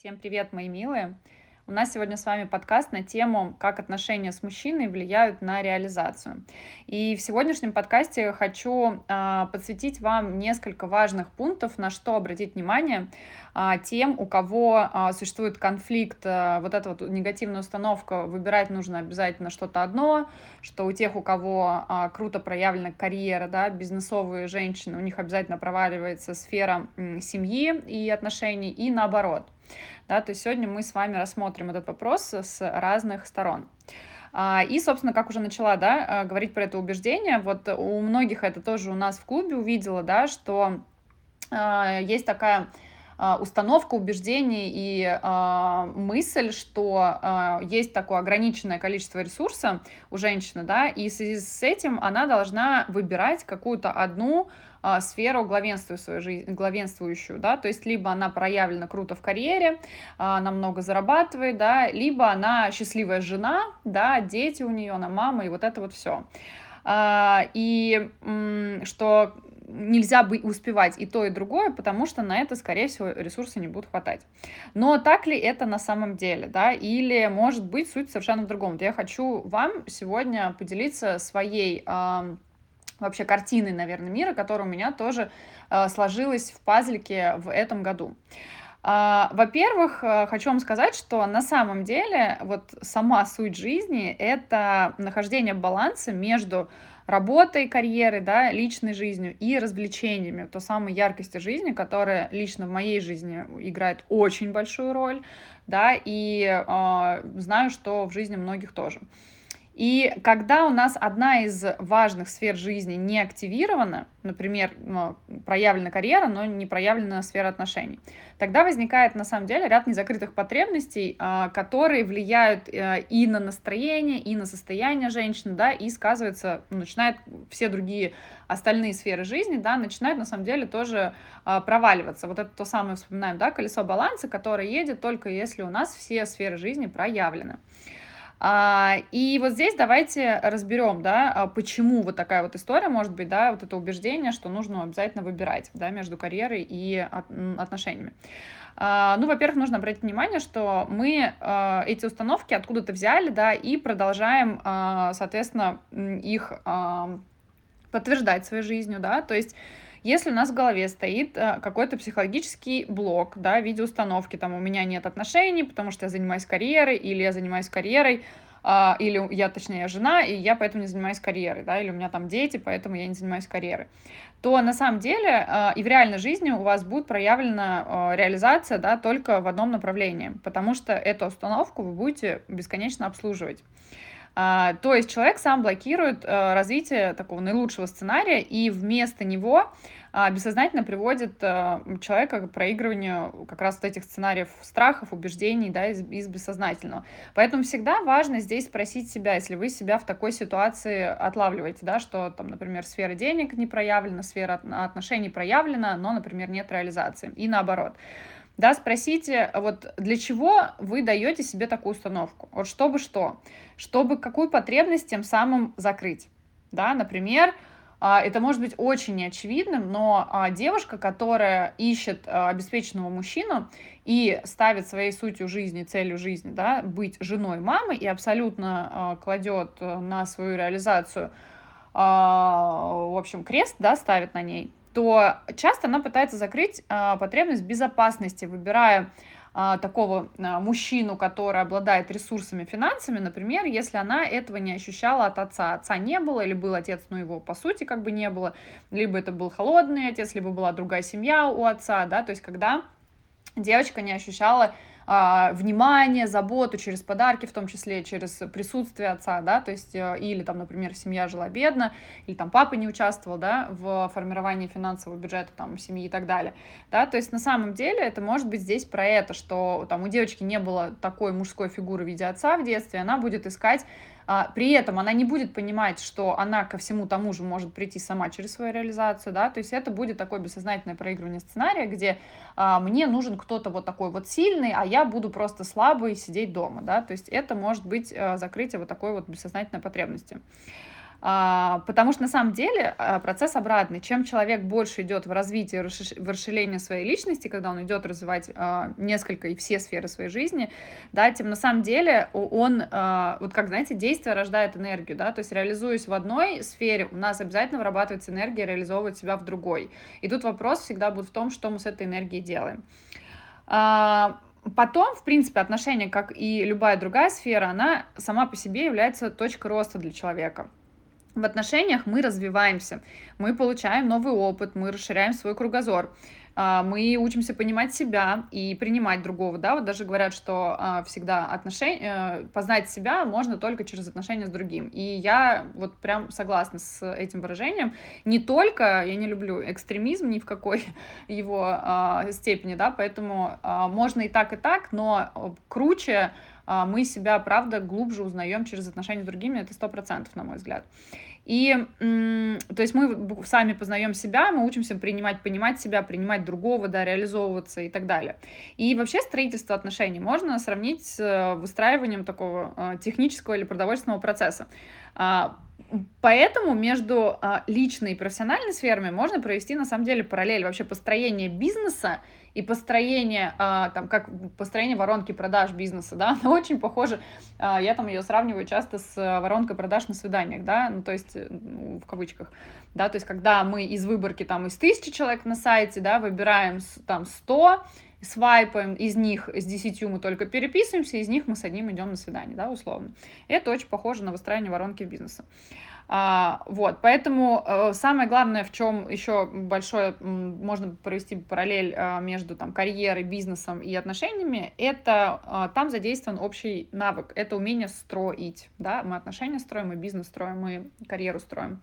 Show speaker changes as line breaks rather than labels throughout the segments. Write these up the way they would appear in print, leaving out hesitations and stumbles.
Всем привет, мои милые! У нас сегодня с вами подкаст на тему, как отношения с мужчиной влияют на реализацию. И в сегодняшнем подкасте хочу подсветить вам несколько важных пунктов, на что обратить внимание тем, у кого существует конфликт, вот эта вот негативная установка, выбирать нужно обязательно что-то одно, что у тех, у кого круто проявлена карьера, да, бизнесовые женщины, у них обязательно проваливается сфера семьи и отношений, и наоборот. Да, то есть сегодня мы с вами рассмотрим этот вопрос с разных сторон. И, собственно, как уже начала, да, говорить про это убеждение, вот у многих это тоже у нас в клубе увидела, да, что есть такая установка, убеждений и мысль, что есть такое ограниченное количество ресурса у женщины, да, и в связи с этим она должна выбирать какую-то одну сферу главенствующую, да, то есть либо она проявлена круто в карьере, она много зарабатывает, да, либо она счастливая жена, да, дети у нее, она мама, и вот это вот все. Что нельзя бы успевать и то, и другое, потому что на это, скорее всего, ресурсы не будут хватать. Но так ли это на самом деле, да, или, может быть, суть совершенно в другом? Вот я хочу вам сегодня поделиться своей вообще картиной, наверное, мира, которая у меня тоже сложилась в пазлике в этом году. Во-первых, хочу вам сказать, что на самом деле вот сама суть жизни — это нахождение баланса между работой, карьерой, да, личной жизнью и развлечениями, той самой яркости жизни, которая лично в моей жизни играет очень большую роль, да, и знаю, что в жизни многих тоже. И когда у нас одна из важных сфер жизни не активирована, например, проявлена карьера, но не проявлена сфера отношений, тогда возникает на самом деле ряд незакрытых потребностей, которые влияют и на настроение, и на состояние женщины, да, и сказываются, начинают все другие остальные сферы жизни, да, начинают на самом деле тоже проваливаться. Вот это то самое, вспоминаем, да, колесо баланса, которое едет только если у нас все сферы жизни проявлены. И вот здесь давайте разберем, да, почему вот такая вот история может быть, да, вот это убеждение, что нужно обязательно выбирать, да, между карьерой и отношениями. Ну, во-первых, нужно обратить внимание, что мы эти установки откуда-то взяли, да, и продолжаем, соответственно, их подтверждать своей жизнью, да, то есть если у нас в голове стоит какой-то психологический блок, да, в виде установки, там, у меня нет отношений, потому что я занимаюсь карьерой, или я занимаюсь карьерой, или я, точнее, я жена, и я поэтому не занимаюсь карьерой, да, или у меня там дети, поэтому я не занимаюсь карьерой, то на самом деле и в реальной жизни у вас будет проявлена реализация, да, только в одном направлении, потому что эту установку вы будете бесконечно обслуживать. То есть человек сам блокирует развитие такого наилучшего сценария, и вместо него бессознательно приводит человека к проигрыванию как раз вот этих сценариев страхов, убеждений, да, из бессознательного. Поэтому всегда важно здесь спросить себя, если вы себя в такой ситуации отлавливаете, да, что там, например, сфера денег не проявлена, сфера отношений проявлена, но, например, нет реализации, и наоборот. Да, спросите, вот для чего вы даете себе такую установку? Вот чтобы что? Чтобы какую потребность тем самым закрыть? Да, например, это может быть очень неочевидным, но девушка, которая ищет обеспеченного мужчину и ставит своей сутью жизни, целью жизни, да, быть женой мамы и абсолютно кладет на свою реализацию, в общем, крест, да, ставит на ней, то часто она пытается закрыть потребность безопасности, выбирая такого мужчину, который обладает ресурсами, финансами, например, если она этого не ощущала от отца. Отца не было, или был отец, но его по сути как бы не было, либо это был холодный отец, либо была другая семья у отца, да, то есть когда девочка не ощущала внимание, заботу через подарки, в том числе через присутствие отца, да, то есть или там, например, семья жила бедно, или там папа не участвовал, да, в формировании финансового бюджета там семьи и так далее, да, то есть на самом деле это может быть здесь про это, что там у девочки не было такой мужской фигуры в виде отца в детстве, она будет искать. При этом она не будет понимать, что она ко всему тому же может прийти сама через свою реализацию, да, то есть это будет такое бессознательное проигрывание сценария, где мне нужен кто-то вот такой вот сильный, а я буду просто слабый сидеть дома, да, то есть это может быть закрытие вот такой вот бессознательной потребности. Потому что на самом деле процесс обратный. Чем человек больше идет в развитие, в расширение своей личности, когда он идет развивать несколько и все сферы своей жизни, да, тем на самом деле он, вот как, знаете, действие рождает энергию, да, то есть реализуясь в одной сфере, у нас обязательно вырабатывается энергия реализовывать себя в другой. И тут вопрос всегда будет в том, что мы с этой энергией делаем. Потом, в принципе, отношения, как и любая другая сфера, она сама по себе является точкой роста для человека. В отношениях мы развиваемся, мы получаем новый опыт, мы расширяем свой кругозор, мы учимся понимать себя и принимать другого, да, вот даже говорят, что всегда познать себя можно только через отношения с другим, и я вот прям согласна с этим выражением, не только, я не люблю экстремизм ни в какой его степени, да, поэтому можно и так, но круче мы себя, правда, глубже узнаем через отношения с другими, это 100%, на мой взгляд. И, то есть мы сами познаем себя, мы учимся понимать себя, принимать другого, да, реализовываться и так далее. И вообще строительство отношений можно сравнить с выстраиванием такого технического или продовольственного процесса. Поэтому между личной и профессиональной сферами можно провести, на самом деле, параллель. Вообще построение бизнеса и построение, как построение воронки продаж бизнеса, да, оно очень похоже. Я там ее сравниваю часто с воронкой продаж на свиданиях, да, ну, то есть, в кавычках, да, то есть, когда мы из выборки, там, из 1000 человек на сайте, да, выбираем, там, 100, свайпаем, из них с 10 мы только переписываемся, из них мы с одним идем на свидание, да, условно. Это очень похоже на выстраивание воронки бизнеса. Вот, поэтому самое главное, в чем еще большое, можно провести параллель между там карьерой, бизнесом и отношениями, это там задействован общий навык, это умение строить, да, мы отношения строим, мы бизнес строим, мы карьеру строим.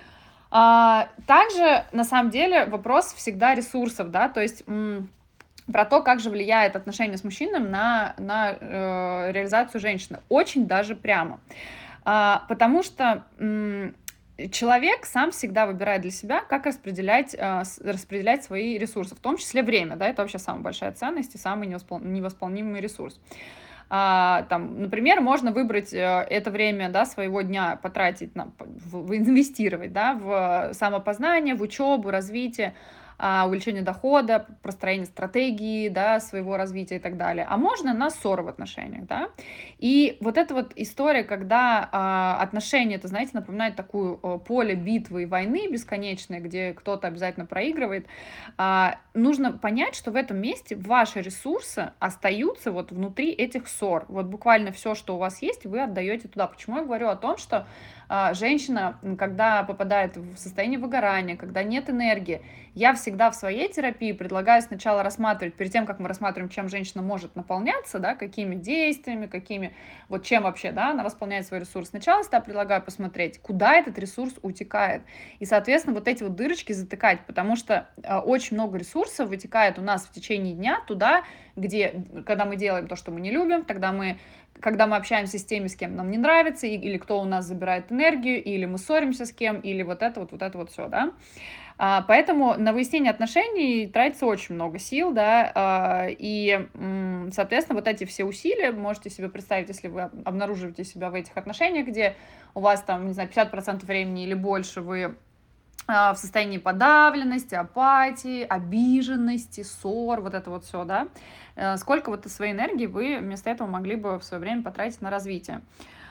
Также, на самом деле, вопрос всегда ресурсов, да, то есть про то, как же влияет отношение с мужчиной на реализацию женщины, очень даже прямо. Потому что человек сам всегда выбирает для себя, как распределять свои ресурсы, в том числе время, да, это вообще самая большая ценность и самый невосполнимый ресурс. Там, например, можно выбрать это время, да, своего дня, потратить, инвестировать, да, в самопознание, в учебу, развитие, увеличение дохода, простроение стратегии, да, своего развития и так далее. А можно на ссоры в отношениях, да. И вот эта вот история, когда отношения, это, знаете, напоминает такую поле битвы и войны бесконечной, где кто-то обязательно проигрывает, нужно понять, что в этом месте ваши ресурсы остаются вот внутри этих ссор. Вот буквально все, что у вас есть, вы отдаете туда. Почему я говорю о том, что женщина, когда попадает в состояние выгорания, когда нет энергии, я всегда в своей терапии предлагаю сначала рассматривать, перед тем, как мы рассматриваем, чем женщина может наполняться, да, какими действиями, вот чем вообще, да, она восполняет свой ресурс. Сначала я предлагаю посмотреть, куда этот ресурс утекает, и, соответственно, вот эти вот дырочки затыкать, потому что очень много ресурсов вытекает у нас в течение дня туда, когда мы делаем то, что мы не любим, когда мы общаемся с теми, с кем нам не нравится, или кто у нас забирает энергию, или мы ссоримся с кем, или вот это вот все, да. Поэтому на выяснение отношений тратится очень много сил, да, и, соответственно, вот эти все усилия можете себе представить, если вы обнаруживаете себя в этих отношениях, где у вас там, не знаю, 50% времени или больше вы в состоянии подавленности, апатии, обиженности, ссор, вот это вот все, да, сколько вот своей энергии вы вместо этого могли бы в свое время потратить на развитие.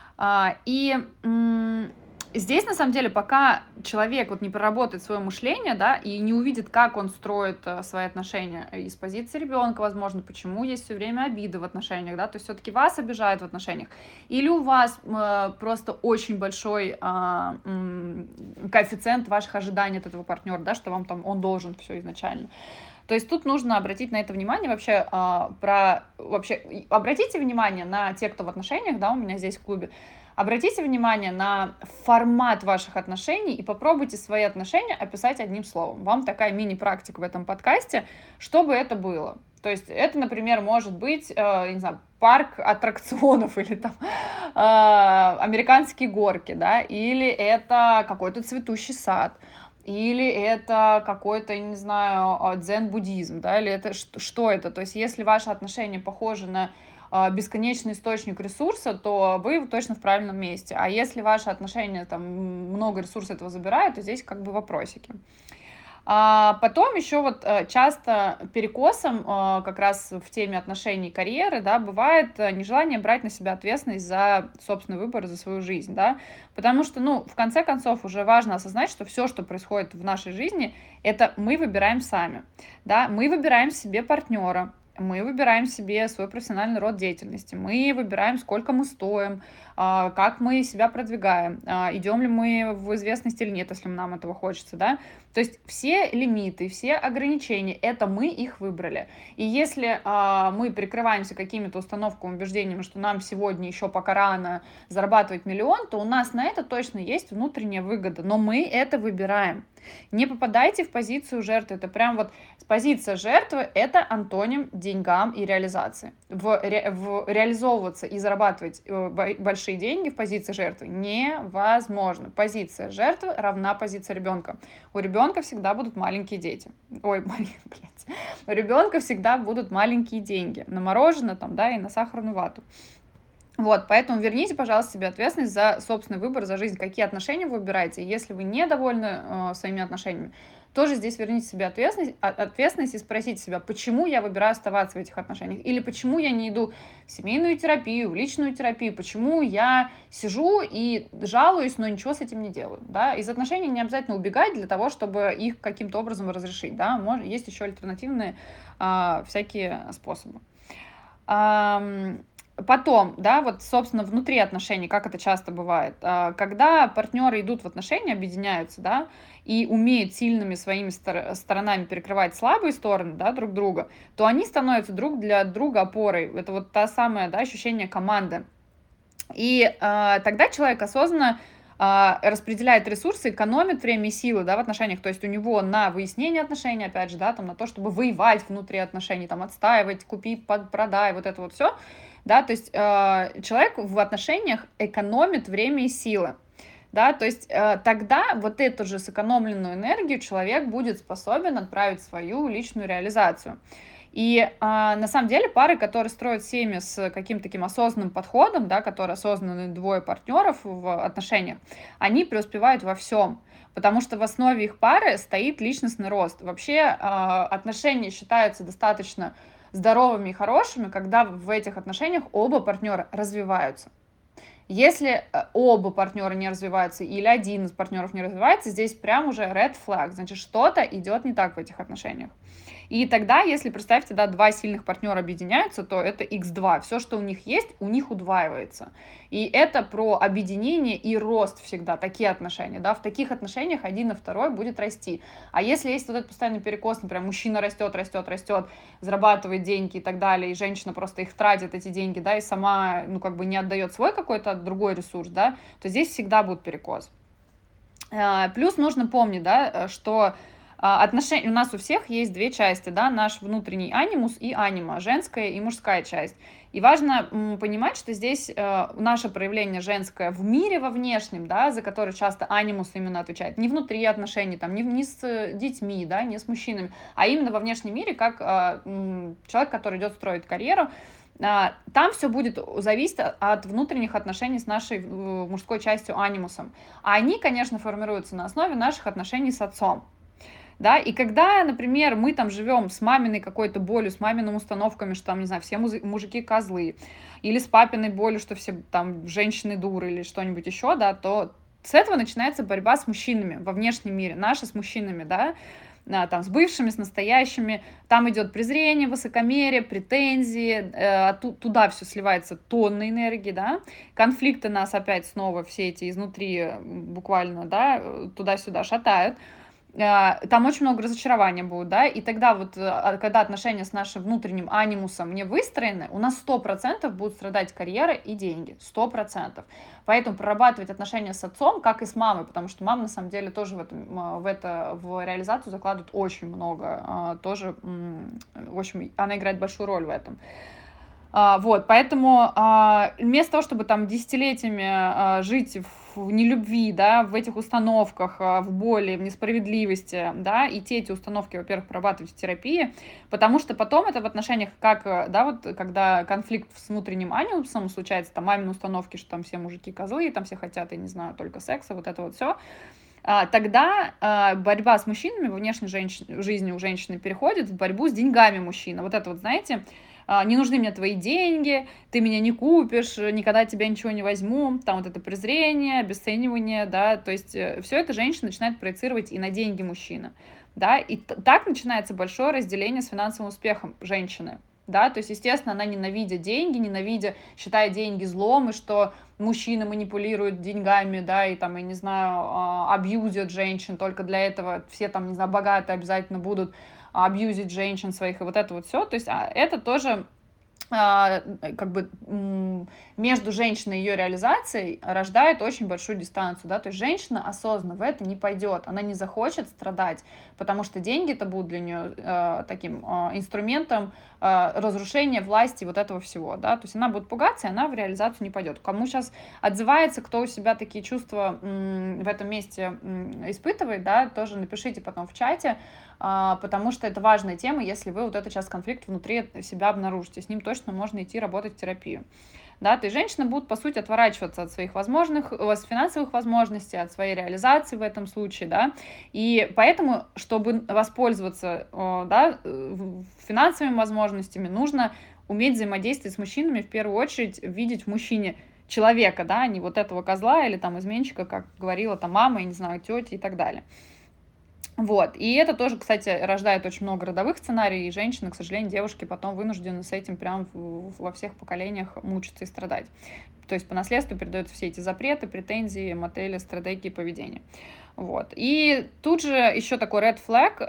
И здесь, на самом деле, пока человек вот не проработает свое мышление, да, и не увидит, как он строит свои отношения из позиции ребенка, возможно, почему есть все время обиды в отношениях, да, то есть все-таки вас обижают в отношениях, или у вас просто очень большой коэффициент ваших ожиданий от этого партнера, да, что вам там он должен все изначально. То есть тут нужно обратить на это внимание вообще, обратите внимание на тех, кто в отношениях, да, у меня здесь в клубе, обратите внимание на формат ваших отношений и попробуйте свои отношения описать одним словом. Вам такая мини-практика в этом подкасте, чтобы это было. То есть это, например, может быть, не знаю, парк аттракционов или там американские горки, да, или это какой-то цветущий сад, или это какой-то, не знаю, дзен-буддизм, да, или это что это? То есть если ваши отношения похожи на бесконечный источник ресурса, то вы точно в правильном месте. А если ваши отношения, там, много ресурса этого забирают, то здесь как бы вопросики. А потом еще вот часто перекосом как раз в теме отношений и карьеры, да, бывает нежелание брать на себя ответственность за собственный выбор, за свою жизнь, да, потому что, ну, в конце концов, уже важно осознать, что все, что происходит в нашей жизни, это мы выбираем сами, да, мы выбираем себе партнера, мы выбираем себе свой профессиональный род деятельности, мы выбираем, сколько мы стоим, как мы себя продвигаем, идем ли мы в известность или нет, если нам этого хочется, да. То есть все лимиты, все ограничения, это мы их выбрали. И если мы прикрываемся какими-то установками, убеждениями, что нам сегодня еще пока рано зарабатывать миллион, то у нас на это точно есть внутренняя выгода, но мы это выбираем. Не попадайте в позицию жертвы. Это прям вот позиция жертвы — это антоним деньгам и реализации. Реализовываться и зарабатывать большие деньги в позиции жертвы невозможно. Позиция жертвы равна позиции ребенка. У ребенка всегда будут маленькие дети. Ой, блядь. У ребенка всегда будут маленькие деньги на мороженое там, да, и на сахарную вату. Вот, поэтому верните, пожалуйста, себе ответственность за собственный выбор, за жизнь, какие отношения вы выбираете. Если вы недовольны своими отношениями, тоже здесь верните себе ответственность и спросите себя, почему я выбираю оставаться в этих отношениях, или почему я не иду в семейную терапию, в личную терапию, почему я сижу и жалуюсь, но ничего с этим не делаю. Да? Из отношений не обязательно убегать для того, чтобы их каким-то образом разрешить. Да? Есть еще альтернативные всякие способы. Потом, да, вот, собственно, внутри отношений, как это часто бывает, когда партнеры идут в отношения, объединяются, да, и умеют сильными своими сторонами перекрывать слабые стороны, да, друг друга, то они становятся друг для друга опорой. Это вот та самая, да, ощущение команды. И тогда человек осознанно распределяет ресурсы, экономит время и силы, да, в отношениях, то есть у него на выяснение отношений, опять же, да, там, на то, чтобы воевать внутри отношений, там, отстаивать, купи, продай, вот это вот все, да, то есть человек в отношениях экономит время и силы, да, то есть тогда вот эту же сэкономленную энергию человек будет способен отправить в свою личную реализацию. И на самом деле пары, которые строят семьи с каким-то таким осознанным подходом, да, которые осознанные двое партнеров в отношениях, они преуспевают во всем. Потому что в основе их пары стоит личностный рост. Вообще отношения считаются достаточно здоровыми и хорошими, когда в этих отношениях оба партнера развиваются. Если оба партнера не развиваются или один из партнеров не развивается, здесь прям уже red flag, значит, что-то идет не так в этих отношениях. И тогда, если, представьте, да, два сильных партнера объединяются, то это x2. Все, что у них есть, у них удваивается. И это про объединение и рост всегда, такие отношения. Да? В таких отношениях один на второй будет расти. А если есть вот этот постоянный перекос, например, мужчина растет, зарабатывает деньги и так далее, и женщина просто их тратит, эти деньги, да, и сама, ну, как бы не отдает свой какой-то другой ресурс, да, то здесь всегда будет перекос. Плюс нужно помнить, да, что отношения у нас у всех есть две части, да, наш внутренний анимус и анима, женская и мужская часть. И важно понимать, что здесь наше проявление женское в мире, во внешнем, да, за которое часто анимус именно отвечает, не внутри отношений, там, не с детьми, да, не с мужчинами, а именно во внешнем мире, как человек, который идет строить карьеру. Там все будет зависеть от внутренних отношений с нашей мужской частью анимусом. А они, конечно, формируются на основе наших отношений с отцом. Да, и когда, например, мы там живем с маминой какой-то болью, с мамиными установками, что там, не знаю, все мужики козлы, или с папиной болью, что все там женщины дуры или что-нибудь еще, да, то с этого начинается борьба с мужчинами во внешнем мире, наши с мужчинами, да, там, с бывшими, с настоящими, там идет презрение, высокомерие, претензии, туда все сливается тонны энергии, да, конфликты нас опять снова все эти изнутри буквально, да, туда-сюда шатают, там очень много разочарования будет, да, и тогда вот, когда отношения с нашим внутренним анимусом не выстроены, у нас 100% будут страдать карьера и деньги, 100%. Поэтому прорабатывать отношения с отцом, как и с мамой, потому что мама, на самом деле, тоже в реализацию закладывает очень много, тоже, в общем, она играет большую роль в этом. Вот, поэтому вместо того, чтобы там десятилетиями жить в нелюбви, да, в этих установках, в боли, в несправедливости, да, и эти установки, во-первых, прорабатывать в терапии, потому что потом это в отношениях, как, да, вот когда конфликт с внутренним анимусом случается, там, мамины установки, что там все мужики козлы, там все хотят, я не знаю, только секса, вот это вот все, тогда борьба с мужчинами во внешней жизни у женщины переходит в борьбу с деньгами мужчины. Вот это вот, знаете, не нужны мне твои деньги, ты меня не купишь, никогда от тебя ничего не возьму, там вот это презрение, обесценивание, да, то есть все это женщина начинает проецировать и на деньги мужчины, да, и так начинается большое разделение с финансовым успехом женщины. Да, то есть, естественно, она ненавидя деньги, считая деньги злом, и что мужчины манипулируют деньгами, да, и там, я не знаю, абьюзят женщин, только для этого все там, не знаю, богатые обязательно будут абьюзить женщин своих, и вот это вот все, то есть это тоже как бы между женщиной и ее реализацией рождает очень большую дистанцию, да, то есть женщина осознанно в это не пойдет, она не захочет страдать, потому что деньги это будут для нее таким инструментом разрушения власти вот этого всего, да, то есть она будет пугаться, и она в реализацию не пойдет. Кому сейчас отзывается, кто у себя такие чувства в этом месте испытывает, да, тоже напишите потом в чате, потому что это важная тема, если вы вот этот сейчас конфликт внутри себя обнаружите, с ним точно можно идти работать в терапию. Да, то есть женщины будут, по сути, отворачиваться от своих финансовых возможностей, от своей реализации в этом случае, да, и поэтому, чтобы воспользоваться, да, финансовыми возможностями, нужно уметь взаимодействовать с мужчинами, в первую очередь, видеть в мужчине человека, да, а не вот этого козла или там изменщика, как говорила там мама, я не знаю, тетя и так далее. Вот, и это тоже, кстати, рождает очень много родовых сценариев, и женщины, к сожалению, девушки потом вынуждены с этим прям во всех поколениях мучиться и страдать. То есть по наследству передаются все эти запреты, претензии, модели, стратегии поведения. Вот. И тут же еще такой red flag,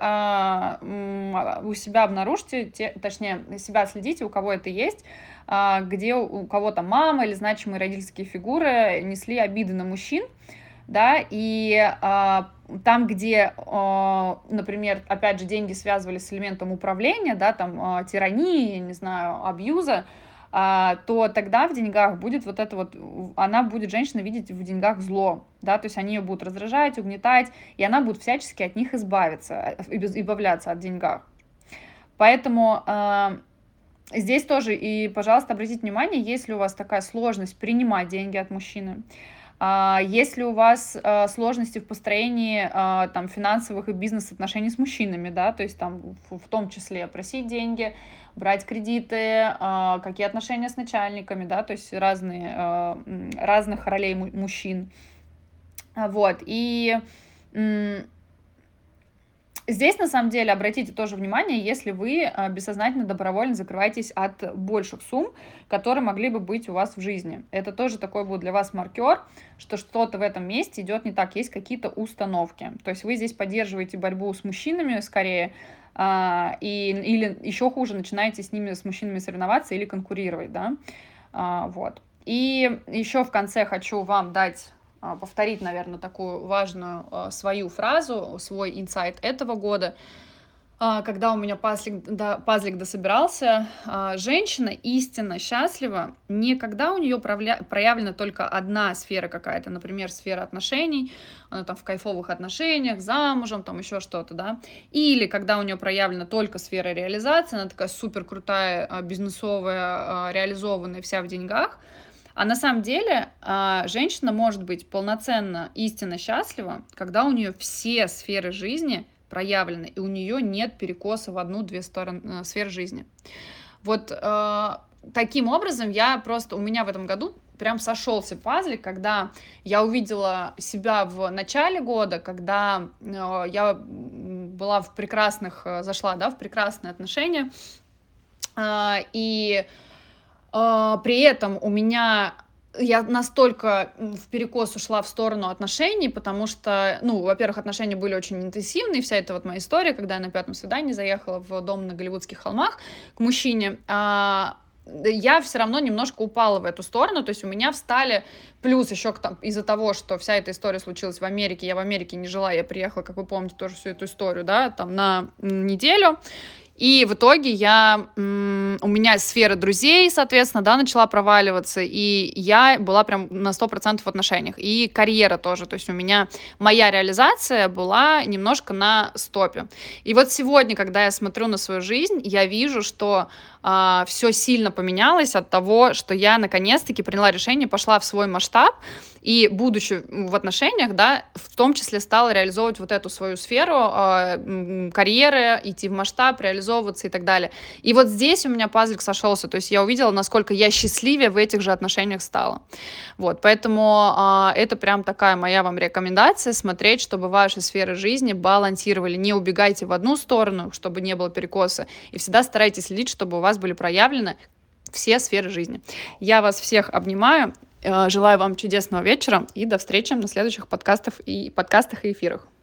у себя обнаружьте, точнее, себя следите, у кого это есть, где у кого-то мама или значимые родительские фигуры несли обиды на мужчин, да, и там, где, например, опять же, деньги связывались с элементом управления, да, там, тирании, не знаю, абьюза, то тогда в деньгах будет вот это вот, она будет, женщина, видеть в деньгах зло, да, то есть они ее будут раздражать, угнетать, и она будет всячески от них избавляться от деньгах. Поэтому здесь тоже, и, пожалуйста, обратите внимание, если у вас такая сложность принимать деньги от мужчины, если у вас сложности в построении там, финансовых и бизнес-отношений с мужчинами, да, то есть там в том числе просить деньги, брать кредиты, какие отношения с начальниками, да, то есть разных ролей мужчин, вот, и здесь, на самом деле, обратите тоже внимание, если вы бессознательно, добровольно закрываетесь от больших сумм, которые могли бы быть у вас в жизни. Это тоже такой будет для вас маркер, что что-то в этом месте идет не так, есть какие-то установки. То есть вы здесь поддерживаете борьбу с мужчинами скорее, или еще хуже, начинаете с мужчинами соревноваться или конкурировать, да, вот. И еще в конце хочу вам повторить, наверное, такую важную свою фразу, свой инсайт этого года, когда у меня пазлик дособирался. Женщина истинно счастлива не когда у нее проявлена только одна сфера какая-то, например, сфера отношений, она там в кайфовых отношениях, замужем, там еще что-то, да, или когда у нее проявлена только сфера реализации, она такая супер крутая, бизнесовая, реализованная, вся в деньгах. А на самом деле женщина может быть полноценно, истинно счастлива, когда у нее все сферы жизни проявлены, и у нее нет перекоса в одну-две сферы жизни. Вот таким образом у меня в этом году прям сошелся пазлик, когда я увидела себя в начале года, когда я была зашла, да, в прекрасные отношения, и при этом я настолько в перекос ушла в сторону отношений, потому что, во-первых, отношения были очень интенсивные, вся эта вот моя история, когда я на 5-м свидании заехала в дом на Голливудских холмах к мужчине, я все равно немножко упала в эту сторону, то есть у меня встали, плюс еще из-за того, что вся эта история случилась в Америке, я в Америке не жила, я приехала, как вы помните, тоже всю эту историю, да, там на неделю. И в итоге у меня сфера друзей, соответственно, да, начала проваливаться, и я была прям на 100% в отношениях. И карьера тоже, то есть у меня моя реализация была немножко на стопе. И вот сегодня, когда я смотрю на свою жизнь, я вижу, что все сильно поменялось от того, что я наконец-таки приняла решение, пошла в свой масштаб, и будучи в отношениях, да, в том числе стала реализовывать вот эту свою сферу карьеры, идти в масштаб, реализовываться и так далее. И вот здесь у меня пазлик сошелся, то есть я увидела, насколько я счастливее в этих же отношениях стала. Вот, поэтому это прям такая моя вам рекомендация, смотреть, чтобы ваши сферы жизни балансировали, не убегайте в одну сторону, чтобы не было перекоса, и всегда старайтесь следить, чтобы у вас были проявлены все сферы жизни. Я вас всех обнимаю, желаю вам чудесного вечера и до встречи на следующих подкастах и эфирах.